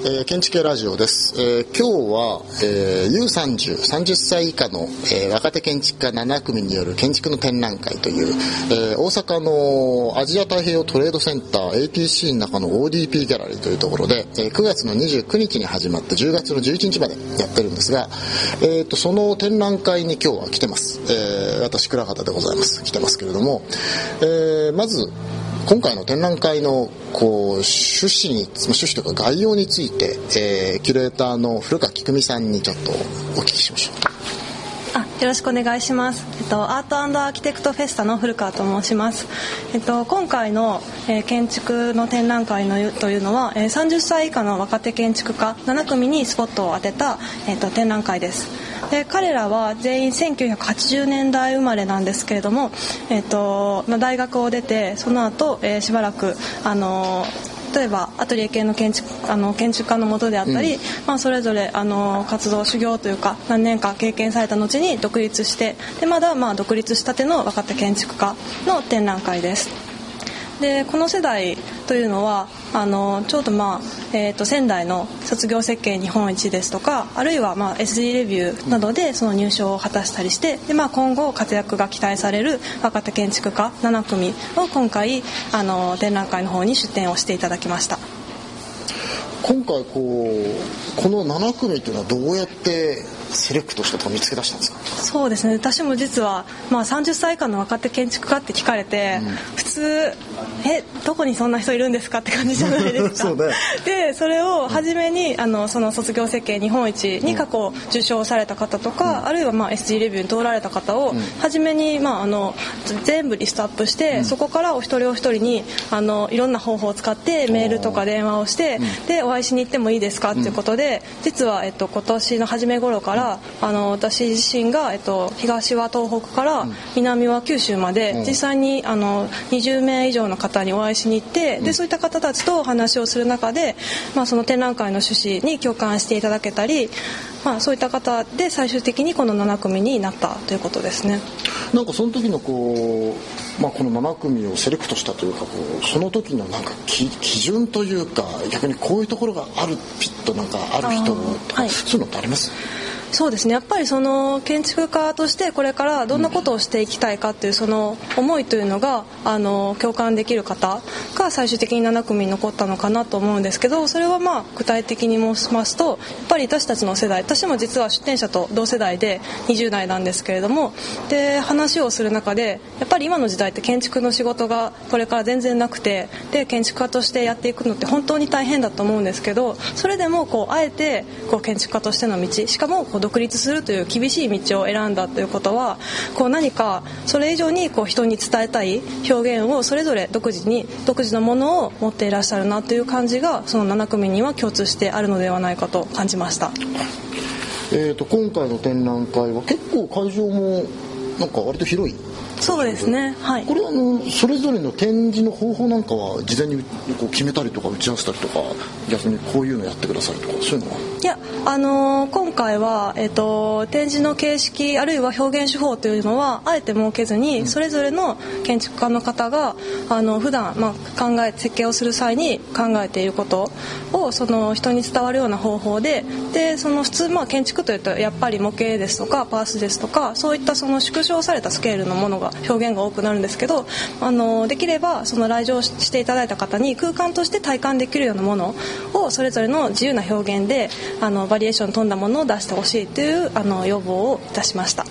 建築系ラジオです。今日は、U30、30歳以下の、若手建築家7組による建築の展覧会という、大阪のアジア太平洋トレードセンター ATC の中の ODP ギャラリーというところで、9月の29日に始まって10月の11日までやってるんですが、その展覧会に今日は来てます。私倉方でございます。来てますけれども、まず今回の展覧会の趣旨というか概要について、キュレーターの古川菊美さんにちょっとお聞きしましょう。 よろしくお願いします。アート&アーキテクトフェスタの古川と申します。今回の、建築の展覧会というのは、30歳以下の若手建築家7組にスポットを当てた、展覧会です。で彼らは全員1980年代生まれなんですけれども、大学を出てその後、しばらく例えばアトリエ系の建築家の下であったり、それぞれ活動修行というか何年か経験された後に独立して、でまだ独立したての若手建築家の展覧会です。でこの世代というのはちょうど仙台の卒業設計日本一ですとか、あるいはSG レビューなどでその入賞を果たしたりして、で今後活躍が期待される若手建築家7組を今回展覧会の方に出展をしていただきました。 今回この7組というのはどうやってセレクトしたとか見つけ出したんですか？ そうですね、私も実は、30歳以下の若手建築家って聞かれて、普通どこにそんな人いるんですかって感じじゃないですかそうね。 でそれを初めにその卒業設計日本一に過去受賞された方とか、あるいはSG レビューに通られた方を初めに全部リストアップして、そこからお一人お一人にいろんな方法を使ってメールとか電話をして、でお会いしに行ってもいいですかっていうことで、実は今年の初め頃から私自身が東は東北から南は九州まで実際に20名以上の方にお会いしに行って、でそういった方たちとお話をする中で、その展覧会の趣旨に共感していただけたり、そういった方で最終的にこの7組になったということですね。 なんかその時のこの7組をセレクトしたというか、その時のなんか基準というか、逆にこういうところがあるピッとなんかある人とか、そういうのってあります？ そうですね、やっぱりその建築家としてこれからどんなことをしていきたいかっていうその思いというのが共感できる方が最終的に7組に残ったのかなと思うんですけど、それは具体的に申しますと、やっぱり私たちの世代、私も実は出展者と同世代で20代なんですけれども、で話をする中でやっぱり今の時代って建築の仕事がこれから全然なくて、で建築家としてやっていくのって本当に大変だと思うんですけど、それでもあえて建築家としての道、しかも独立するという厳しい道を選んだということは、何かそれ以上に人に伝えたい表現をそれぞれ独自のものを持っていらっしゃるなという感じが、その7組には共通してあるのではないかと感じました。 今回の展覧会は結構会場もなんか割と広い。 そうですね、はい。 これはそれぞれの展示の方法なんかは事前に決めたりとか打ち合わせたりとか、逆にこういうのやってくださいとか、そういうのは？ いや、今回は、展示の形式あるいは表現手法というのはあえて設けずに、それぞれの建築家の方が普段設計をする際に考えていることをその人に伝わるような方法で、その普通建築というとやっぱり模型ですとかパースですとか、そういったその縮小されたスケールのものが表現が多くなるんですけど、できればその来場していただいた方に空間として体感できるようなものをそれぞれの自由な表現でバリエーションに富んだものを出してほしいという要望をいたしました。 はい、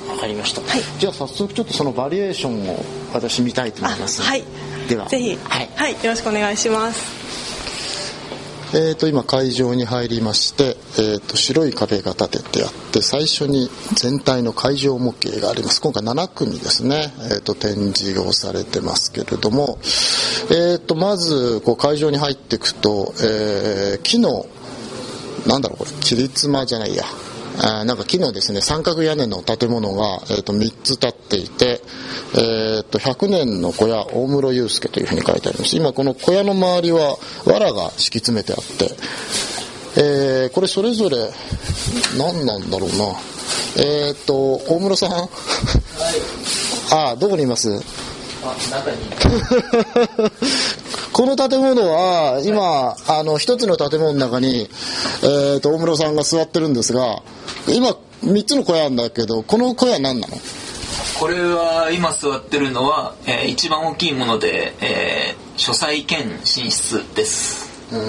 わかりました。 はい、 じゃあ早速ちょっとそのバリエーションを私見たいと思います。 はい、 ではぜひ、はい、よろしくお願いします。 今会場に入りまして、白い壁が立ててあって、最初に全体の会場模型があります。今回7組ですね、展示をされてますけれども、まず会場に入っていくと、木のこれ切り妻じゃないや、なんか木のですね三角屋根の建物が、3つ建っていて、100年の小屋大室祐介というふうに書いてあります。今この小屋の周りは藁が敷き詰めてあって、これそれぞれ何なんだろうな。大室さん、はい、どこにいます？ 中にこの建物は今一つの建物の中に、大室さんが座ってるんですが、今3つの小屋なんだけど、この小屋は何なの？ これは今座ってるのは、一番大きいもので、書斎兼寝室です。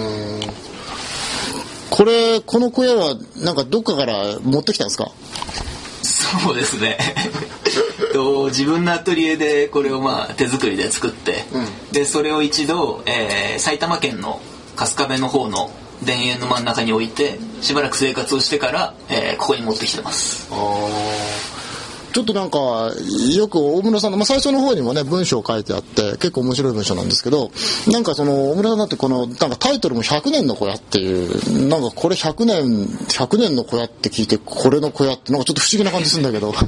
この小屋はなんかどっかから持ってきたんですか？ そうですね自分のアトリエでこれを手作りで作って、でそれを一度、埼玉県の春日部の方の田園の真ん中に置いてしばらく生活をしてから、ここに持ってきてます。 ちょっとなんかよく大室さんの、最初の方にもね文章を書いてあって結構面白い文章なんですけど、なんかその大室さんだってこのなんかタイトルも100年の小屋っていう、なんかこれ100年の小屋って聞いてこれの小屋ってなんかちょっと不思議な感じするんだけど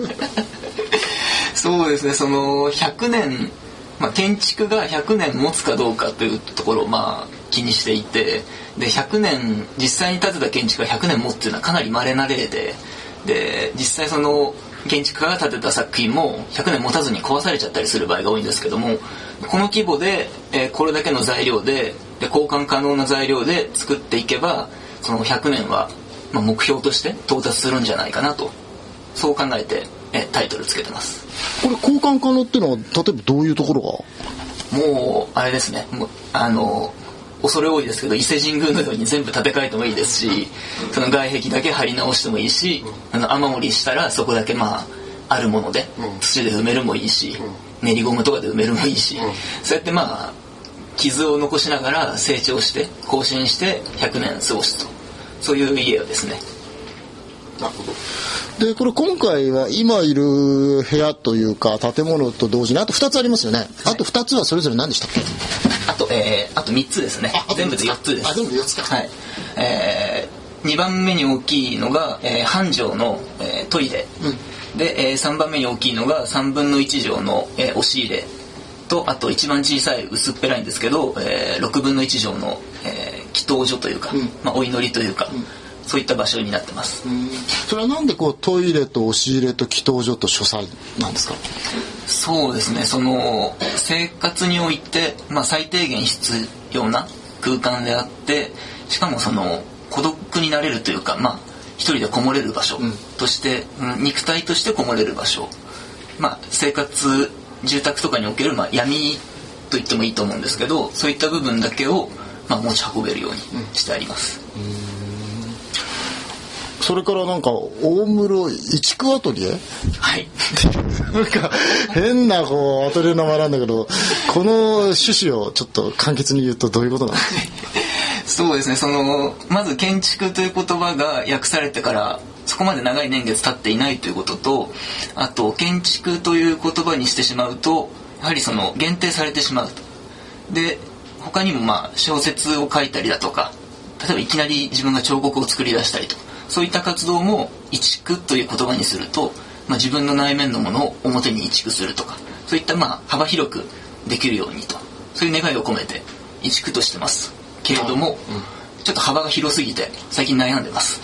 そうですね、その100年、建築が100年持つかどうかというところを気にしていて、で100年実際に建てた建築が100年持つっていうのはかなり稀な例で、実際その建築家が建てた作品も100年持たずに壊されちゃったりする場合が多いんですけども、この規模で、これだけの材料で交換可能な材料で作っていけばその100年は、目標として到達するんじゃないかなと、そう考えて、タイトルつけてます。 これ交換可能っていうのは例えばどういうところが？ もうあれですね、恐れ多いですけど伊勢神宮のように全部建て替えてもいいですし、その外壁だけ張り直してもいいし、雨漏りしたらそこだけあるもので土で埋めるもいいし、練りゴムとかで埋めるもいいし、そうやって傷を残しながら成長して更新して100年過ごすと、そういう家ですね。 なるほど。でこれ今回は今いる部屋というか建物と同時にあと2つありますよね、はい、あと2つはそれぞれ何でしたっけ？ あと3つですね。全部で4つです。 全部で4つか。 はい。2番目に大きいのが、半畳の、トイレ、で、3番目に大きいのが3分の1畳の、押し入れと、あと一番小さい薄っぺらいんですけど、6分の1畳の、祈祷所というか、お祈りというか、そういった場所になってます。 それはなんでトイレと押し入れと祈祷所と書斎なんですか？ そうですね、その生活において、最低限必要な空間であって、しかもその孤独になれるというか、一人でこもれる場所として、肉体としてこもれる場所、生活住宅とかにおける闇と言ってもいいと思うんですけど、そういった部分だけを持ち運べるようにしてあります。 それからなんか大室移築アトリエ、 はい、 なんか変なアトリエの名前なんだけど、この趣旨をちょっと簡潔に言うとどういうことなんですか？ そうですね、まず建築という言葉が訳されてからそこまで長い年月経っていないということと、あと建築という言葉にしてしまうとやはり限定されてしまうと。で他にも小説を書いたりだとか、例えばいきなり自分が彫刻を作り出したりとか、そういった活動も移築という言葉にすると、自分の内面のものを表に移築するとか、そういった幅広くできるようにと、そういう願いを込めて移築としてますけれども、ちょっと幅が広すぎて最近悩んでます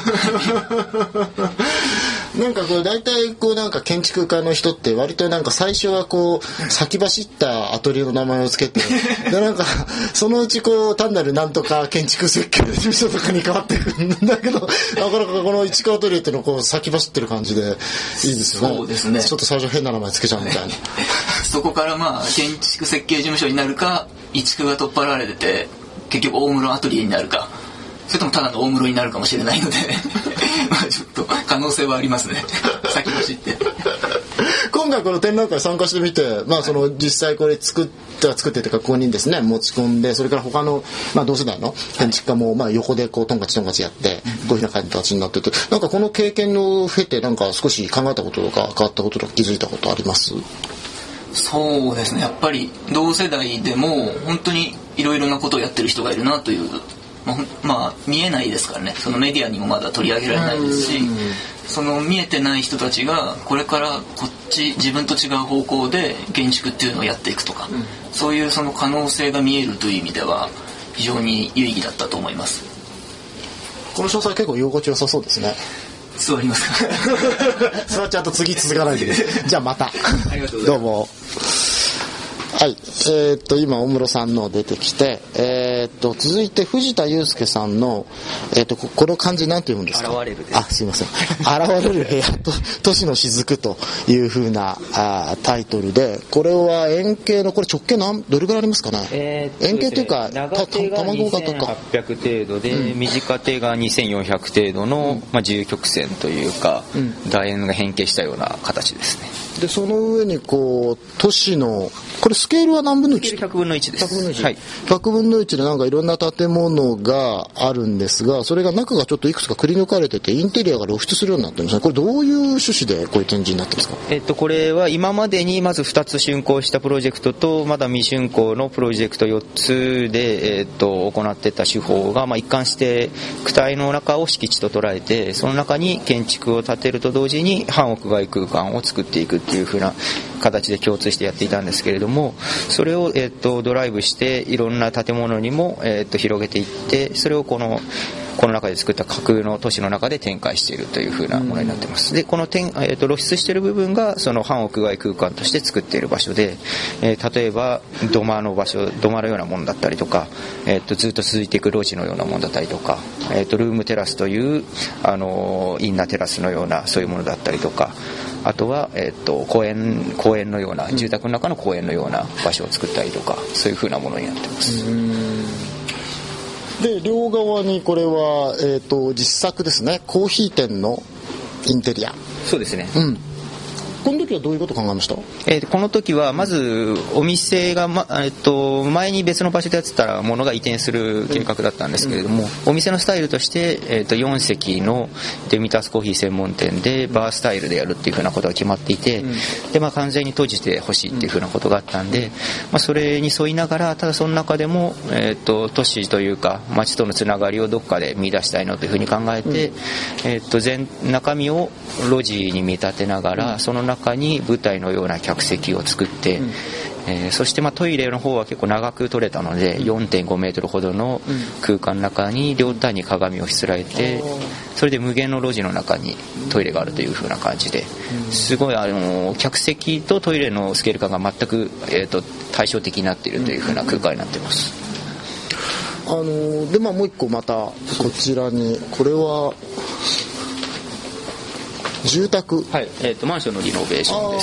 なんか大体なんか建築家の人って割となんか最初は先走ったアトリエの名前をつけてでなんかそのうち単なるなんとか建築設計事務所とかに変わっていくんだけど、なかなかこの市川アトリエっていうのを先走ってる感じでいいですよね。 そうですね。 ちょっと最初変な名前つけちゃうみたいなそこから建築設計事務所になるか、移築が取っ払われてて結局大室アトリエになるか、それともただの大室になるかもしれないのでちょっと可能性はありますね先走って今回この展覧会参加してみて、実際これ作ってというかここにですね持ち込んで、それから他の、同世代の建築家も横でトンカチやってこういうふうな形になってて、なんかこの経験を経てなんか少し考えたこととか変わったこととか気づいたことあります？ そうですね、やっぱり同世代でも本当にいろいろなことをやってる人がいるなという、見えないですからね、そのメディアにもまだ取り上げられないですし、その見えてない人たちがこれから自分と違う方向で建築っていうのをやっていくとか、そういうその可能性が見えるという意味では非常に有意義だったと思います。 この詳細結構居心地良さそうですね。 座りますか？ 座っちゃうと次続かないでじゃあまたありがとうございます。 どうもはい、今大室さんの出てきて、続いて藤田祐介さんの、この漢字なんて読むんですか？ 現れるです。 すいません。現れる部屋と都市の雫という風なタイトルで、これは円形の、これ直径どれぐらいありますかね？円形というか長手が2800程度で、短手が2400程度の、自由曲線というか、楕円が変形したような形ですね。 でその上にこう都市のこれスケールは何分の 1？ 100分の1です。 100分の1、 はい、 100分の1でなんかいろんな建物があるんですが、それが中がちょっといくつかくり抜かれててインテリアが露出するようになってるんですね。これどういう趣旨でこういう展示になってるんですか？ これは今までにまず2つ竣工したプロジェクトとまだ未竣工のプロジェクト4つで、行ってた手法が、一貫して躯体の中を敷地と捉えて、その中に建築を建てると同時に半屋外空間を作っていくっていう風な形で共通してやっていたんですけれども、それを、ドライブしていろんな建物にも、広げていって、それをこの中で作った架空の都市の中で展開しているという風なものになっています。でこの露出している部分がその半屋外空間として作っている場所で、例えば土間のようなものだったりとか、ずっと続いていく路地のようなものだったりとか、ルームテラスというインナーテラスのようなそういうものだったりとか、あとは、公園のような住宅の中の公園のような場所を作ったりとか、そういう風なものになっています。 で両側にこれは、実作ですね、コーヒー店のインテリア。 そうですね、 この時はどういうことを考えました？ この時はまずお店が、前に別の場所でやってたら物が移転する計画だったんですけれども、お店のスタイルとして、4席のデミタスコーヒー専門店でバースタイルでやるっていうふうなことが決まっていて、で完全に閉じてほしいっていうふうなことがあったんで、それに沿いながら、ただその中でも、都市というか街とのつながりをどっかで見出したいのというふうに考えて、中身を路地に見立てながら、その中に舞台のような客席を作って、そしてトイレの方は結構長く取れたので 4.5 メートルほどの空間の中に両端に鏡をしつらえて、それで無限の路地の中にトイレがあるという風な感じで、すごい客席とトイレのスケール感が全く、対照的になっているという風な空間になっています。 でもう一個またこちらに、これは住宅、 はい、マンションのリノベーションです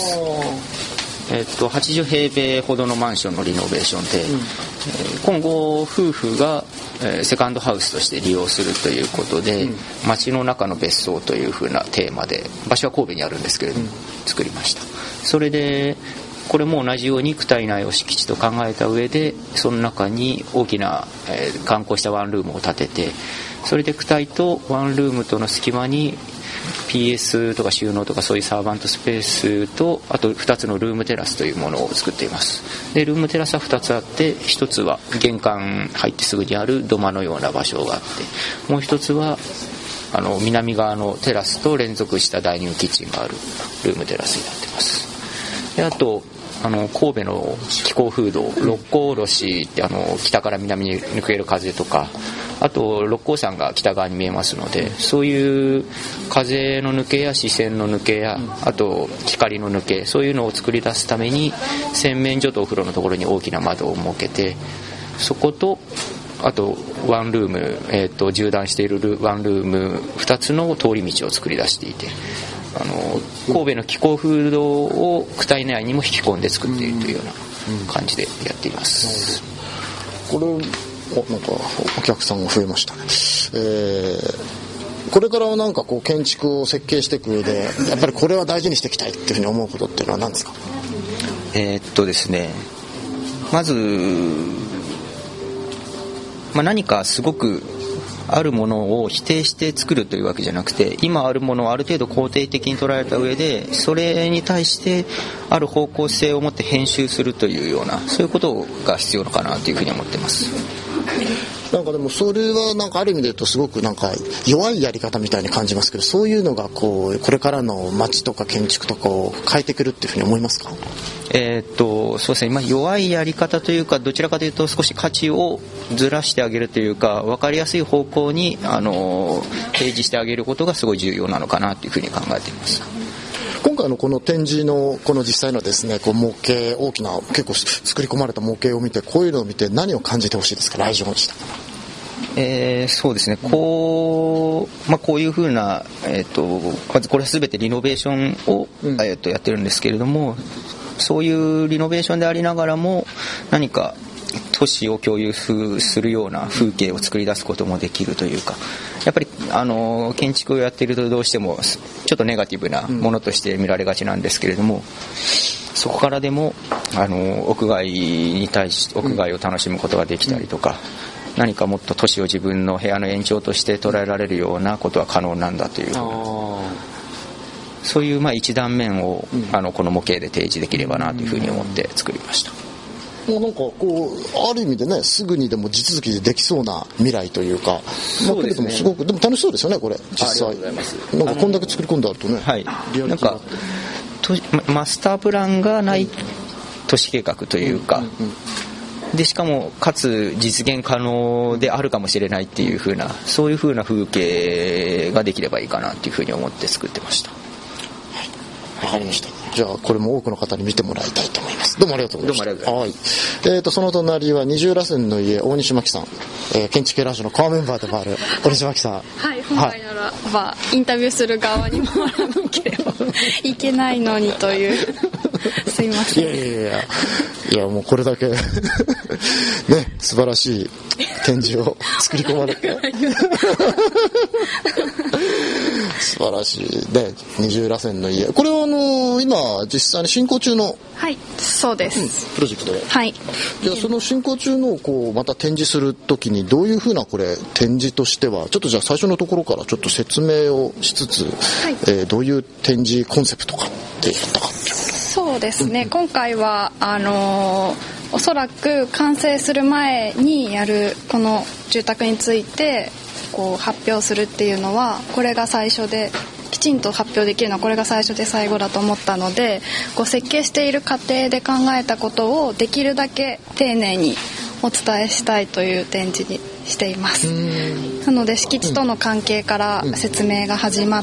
。80平米ほどのマンションのリノベーションで、今後夫婦が、セカンドハウスとして利用するということで、街の中の別荘という風なテーマで、場所は神戸にあるんですけれども、作りました。それでこれも同じように躯体内を敷地と考えた上で、その中に大きな、観光したワンルームを建てて、それで躯体とワンルームとの隙間にPS とか収納とかそういうサーバントスペースと、あと2つのルームテラスというものを作っています。でルームテラスは2つあって、1つは玄関入ってすぐにある土間のような場所があって、もう1つは南側のテラスと連続したダイニングキッチンがあるルームテラスになっています。であと神戸の気候風土、六甲おろしって北から南に抜ける風とか、あと六甲山が北側に見えますので、そういう風の抜けや視線の抜けや、あと光の抜け、そういうのを作り出すために洗面所とお風呂のところに大きな窓を設けて、そことあとワンルーム、縦断しているワンルーム2つの通り道を作り出していて、神戸の気候風土を躯体内にも引き込んで作っているというような感じでやっています。 これなんかお客さんが増えましたね。これからはなんかこう建築を設計していく上で、やっぱりこれは大事にしていきたいっていうふうに思うことっていうのは何ですか？ ですね、まず、何かすごくあるものを否定して作るというわけじゃなくて、今あるものをある程度肯定的に捉えた上で、それに対してある方向性を持って編集するというような、そういうことが必要かなというふうに思っています。 なんかでもそれはなんかある意味で言うとすごくなんか弱いやり方みたいに感じますけど、そういうのがこれからの街とか建築とかを変えてくるっていうふうに思いますか？ そうですね、弱いやり方というか、どちらかというと少し価値をずらしてあげるというか、分かりやすい方向に提示してあげることがすごい重要なのかなというふうに考えています。 今回のこの展示のこの実際のですねこう模型、大きな結構作り込まれた模型を見て、こういうのを見て何を感じてほしいですか、来場した方。 そうですね、こういうふうな、まずこれは全てリノベーションを、やってるんですけれども、そういうリノベーションでありながらも何か都市を共有するような風景を作り出すこともできるというか、やっぱり建築をやっているとどうしてもちょっとネガティブなものとして見られがちなんですけれども、そこからでも屋外を楽しむことができたりとか、何かもっと都市を自分の部屋の延長として捉えられるようなことは可能なんだという、そういう一断面をこの模型で提示できればなというふうに思って作りました。 なんかこうある意味でね、すぐにでも地続きでできそうな未来というか、 そうですね、 すごくでも楽しそうですよね、これ実際。ありがとうございます。なんかこんだけ作り込んであるとね、 はい、なんかマスタープランがない都市計画というか、でしかもかつ実現可能であるかもしれないっていう風な、そういう風な風景ができればいいかなっていう風に思って作ってました。 わかりました。じゃあこれも多くの方に見てもらいたいと思います。どうもありがとうございました。 どうもありがとうございます。その隣は二重らせんの家大西真紀さん、建築系ラジオのコアメンバーでもある大西真紀さん。 はい、本来ならば、インタビューする側に回らなければいけないのにというすいません。 いやもうこれだけね、素晴らしい展示を作り込まれて素晴らしいね、二重らせんの家。これは今実際に進行中の、 はい、そうです、 プロジェクトで。 はい。 じゃあその進行中のこうまた展示するときにどういうふうなこれ展示としては、ちょっとじゃあ最初のところからちょっと説明をしつつ、はい、どういう展示コンセプトかってやったかっていう。 そうですね、今回はおそらく完成する前にやるこの住宅についてこう発表するっていうのは、これが最初で、きちんと発表できるのはこれが最初で最後だと思ったので、こう設計している過程で考えたことをできるだけ丁寧にお伝えしたいという展示にしています。なので敷地との関係から説明が始まって、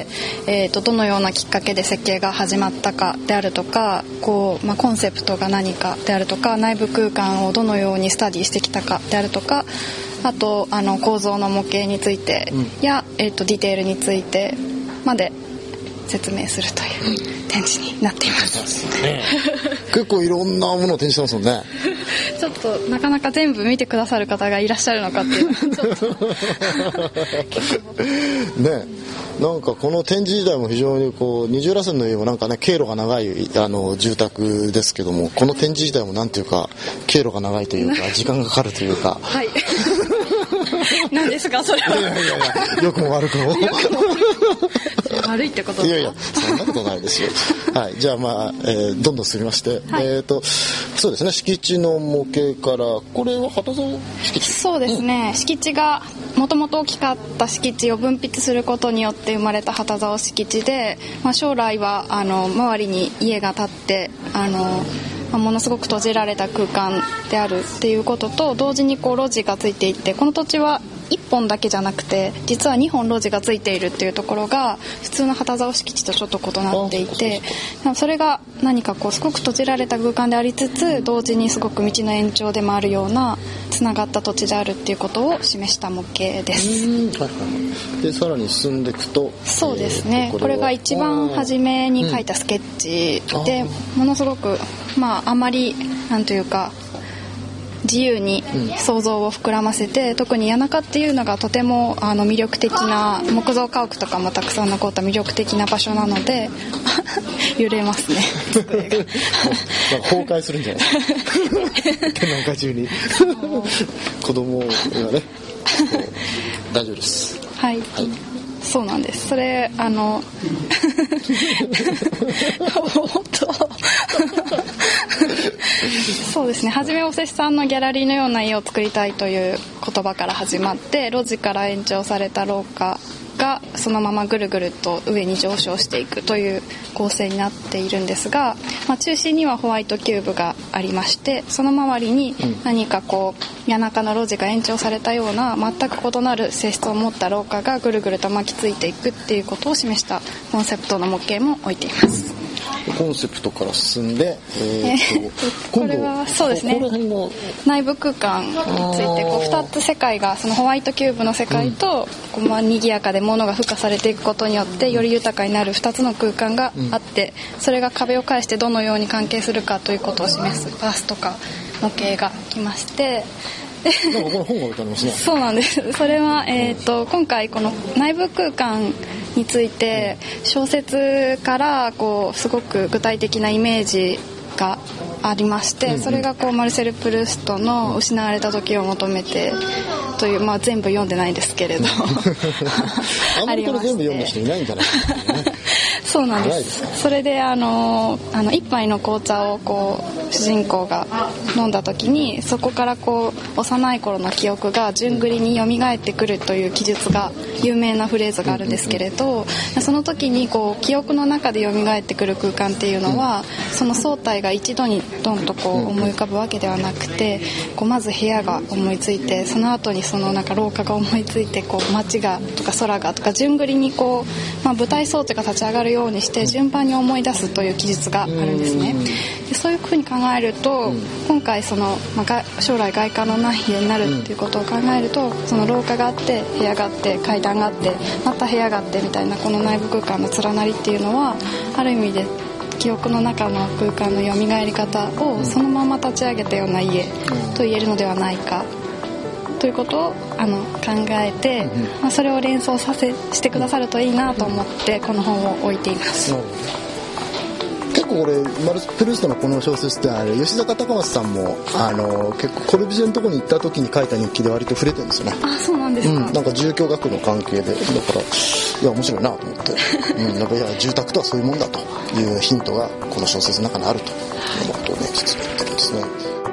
どのようなきっかけで設計が始まったかであるとか、コンセプトが何かであるとか、内部空間をどのようにスタディしてきたかであるとか、あと構造の模型についてや、ディテールについてまで説明するという展示になっています、 結構いろんなものを展示してますもんね。 ちょっとなかなか全部見てくださる方がいらっしゃるのかっていうのはちょっとね、なんかこの展示自体も非常にこう二重らせんの家もなんかね、経路が長い住宅ですけども、この展示自体もなんていうか経路が長いというか時間がかかるというかはい何ですかそれは。 いや良くも悪くも悪いってことですか。 いやそんなことないですよはい、じゃあどんどん進みまして、はい、そうですね、敷地の模型から、これは旗竿敷地。 そうですね、敷地がもともと大きかった敷地を分泌することによって生まれた旗竿敷地で、将来は周りに家が建ってものすごく閉じられた空間であるっていうことと同時にこう路地がついていて、この土地は1本だけじゃなくて実は2本路地がついているっていうところが普通の旗竿敷地とちょっと異なっていて、それが何かこうすごく閉じられた空間でありつつ同時にすごく道の延長でもあるようなつながった土地であるっていうことを示した模型です。 でさらに進んでいくと、 そうですね、これが一番初めに描いたスケッチで、ものすごくあまりなんというか自由に想像を膨らませて、特に谷中っていうのがとても魅力的な、木造家屋とかもたくさん残った魅力的な場所なので揺れますね崩壊するんじゃない展覧会中に子供がね大丈夫です。 はい、そうなんです。それ本当そうですね、初めおせしさんのギャラリーのような家を作りたいという言葉から始まって、路地から延長された廊下がそのままぐるぐると上に上昇していくという構成になっているんですが、中心にはホワイトキューブがありまして、その周りに何かこう谷中の路地が延長されたような全く異なる性質を持った廊下がぐるぐると巻きついていくっていうことを示したコンセプトの模型も置いています。 コンセプトから進んで、 これはそうですね、内部空間についてこう2つ世界が、そのホワイトキューブの世界と、賑やかで物が付加されていくことによってより豊かになる2つの空間があって、それが壁を介してどのように関係するかということを示すバースとか模型が来まして、 なんかこれ本が置いてありますね。 そうなんです。それは、今回この内部空間について小説からこうすごく具体的なイメージがありまして、それがこうマルセル・プルーストの失われた時を求めてという、全部読んでないですけれどあんまりこれ全部読んだ人いないんじゃないですかね。 そうなんです。それで一杯の紅茶をこう主人公が飲んだ時に、そこからこう幼い頃の記憶が順繰りに蘇ってくるという記述が有名なフレーズがあるんですけれど、その時にこう記憶の中で蘇ってくる空間っていうのは、その総体が一度にドンとこう思い浮かぶわけではなくて、こうまず部屋が思いついて、その後にそのなんか廊下が思いついて、こう街がとか空がとか順繰りにこう、舞台装置が立ち上がるようにして順番に思い出すという記述があるんですね。でそういうふうに考えると、今回その、将来外観のない家になるっていうことを考えると、その廊下があって部屋があって階段があってまた部屋があってみたいなこの内部空間の連なりっていうのは、ある意味で記憶の中の空間の蘇り方をそのまま立ち上げたような家と言えるのではないかということを考えて、それを連想してくださるといいなと思ってこの本を置いています。 結構これマルセル・プルーストのこの小説って吉坂隆正さんも結構コルビュジエのとこに行った時に書いた日記で割と触れてるんですよね。 あ、そうなんですか。 なんか住居学の関係で、だからいや面白いなと思って、なんかいや住宅とはそういうもんだというヒントがこの小説の中にあるということをね実は言ってるんですね。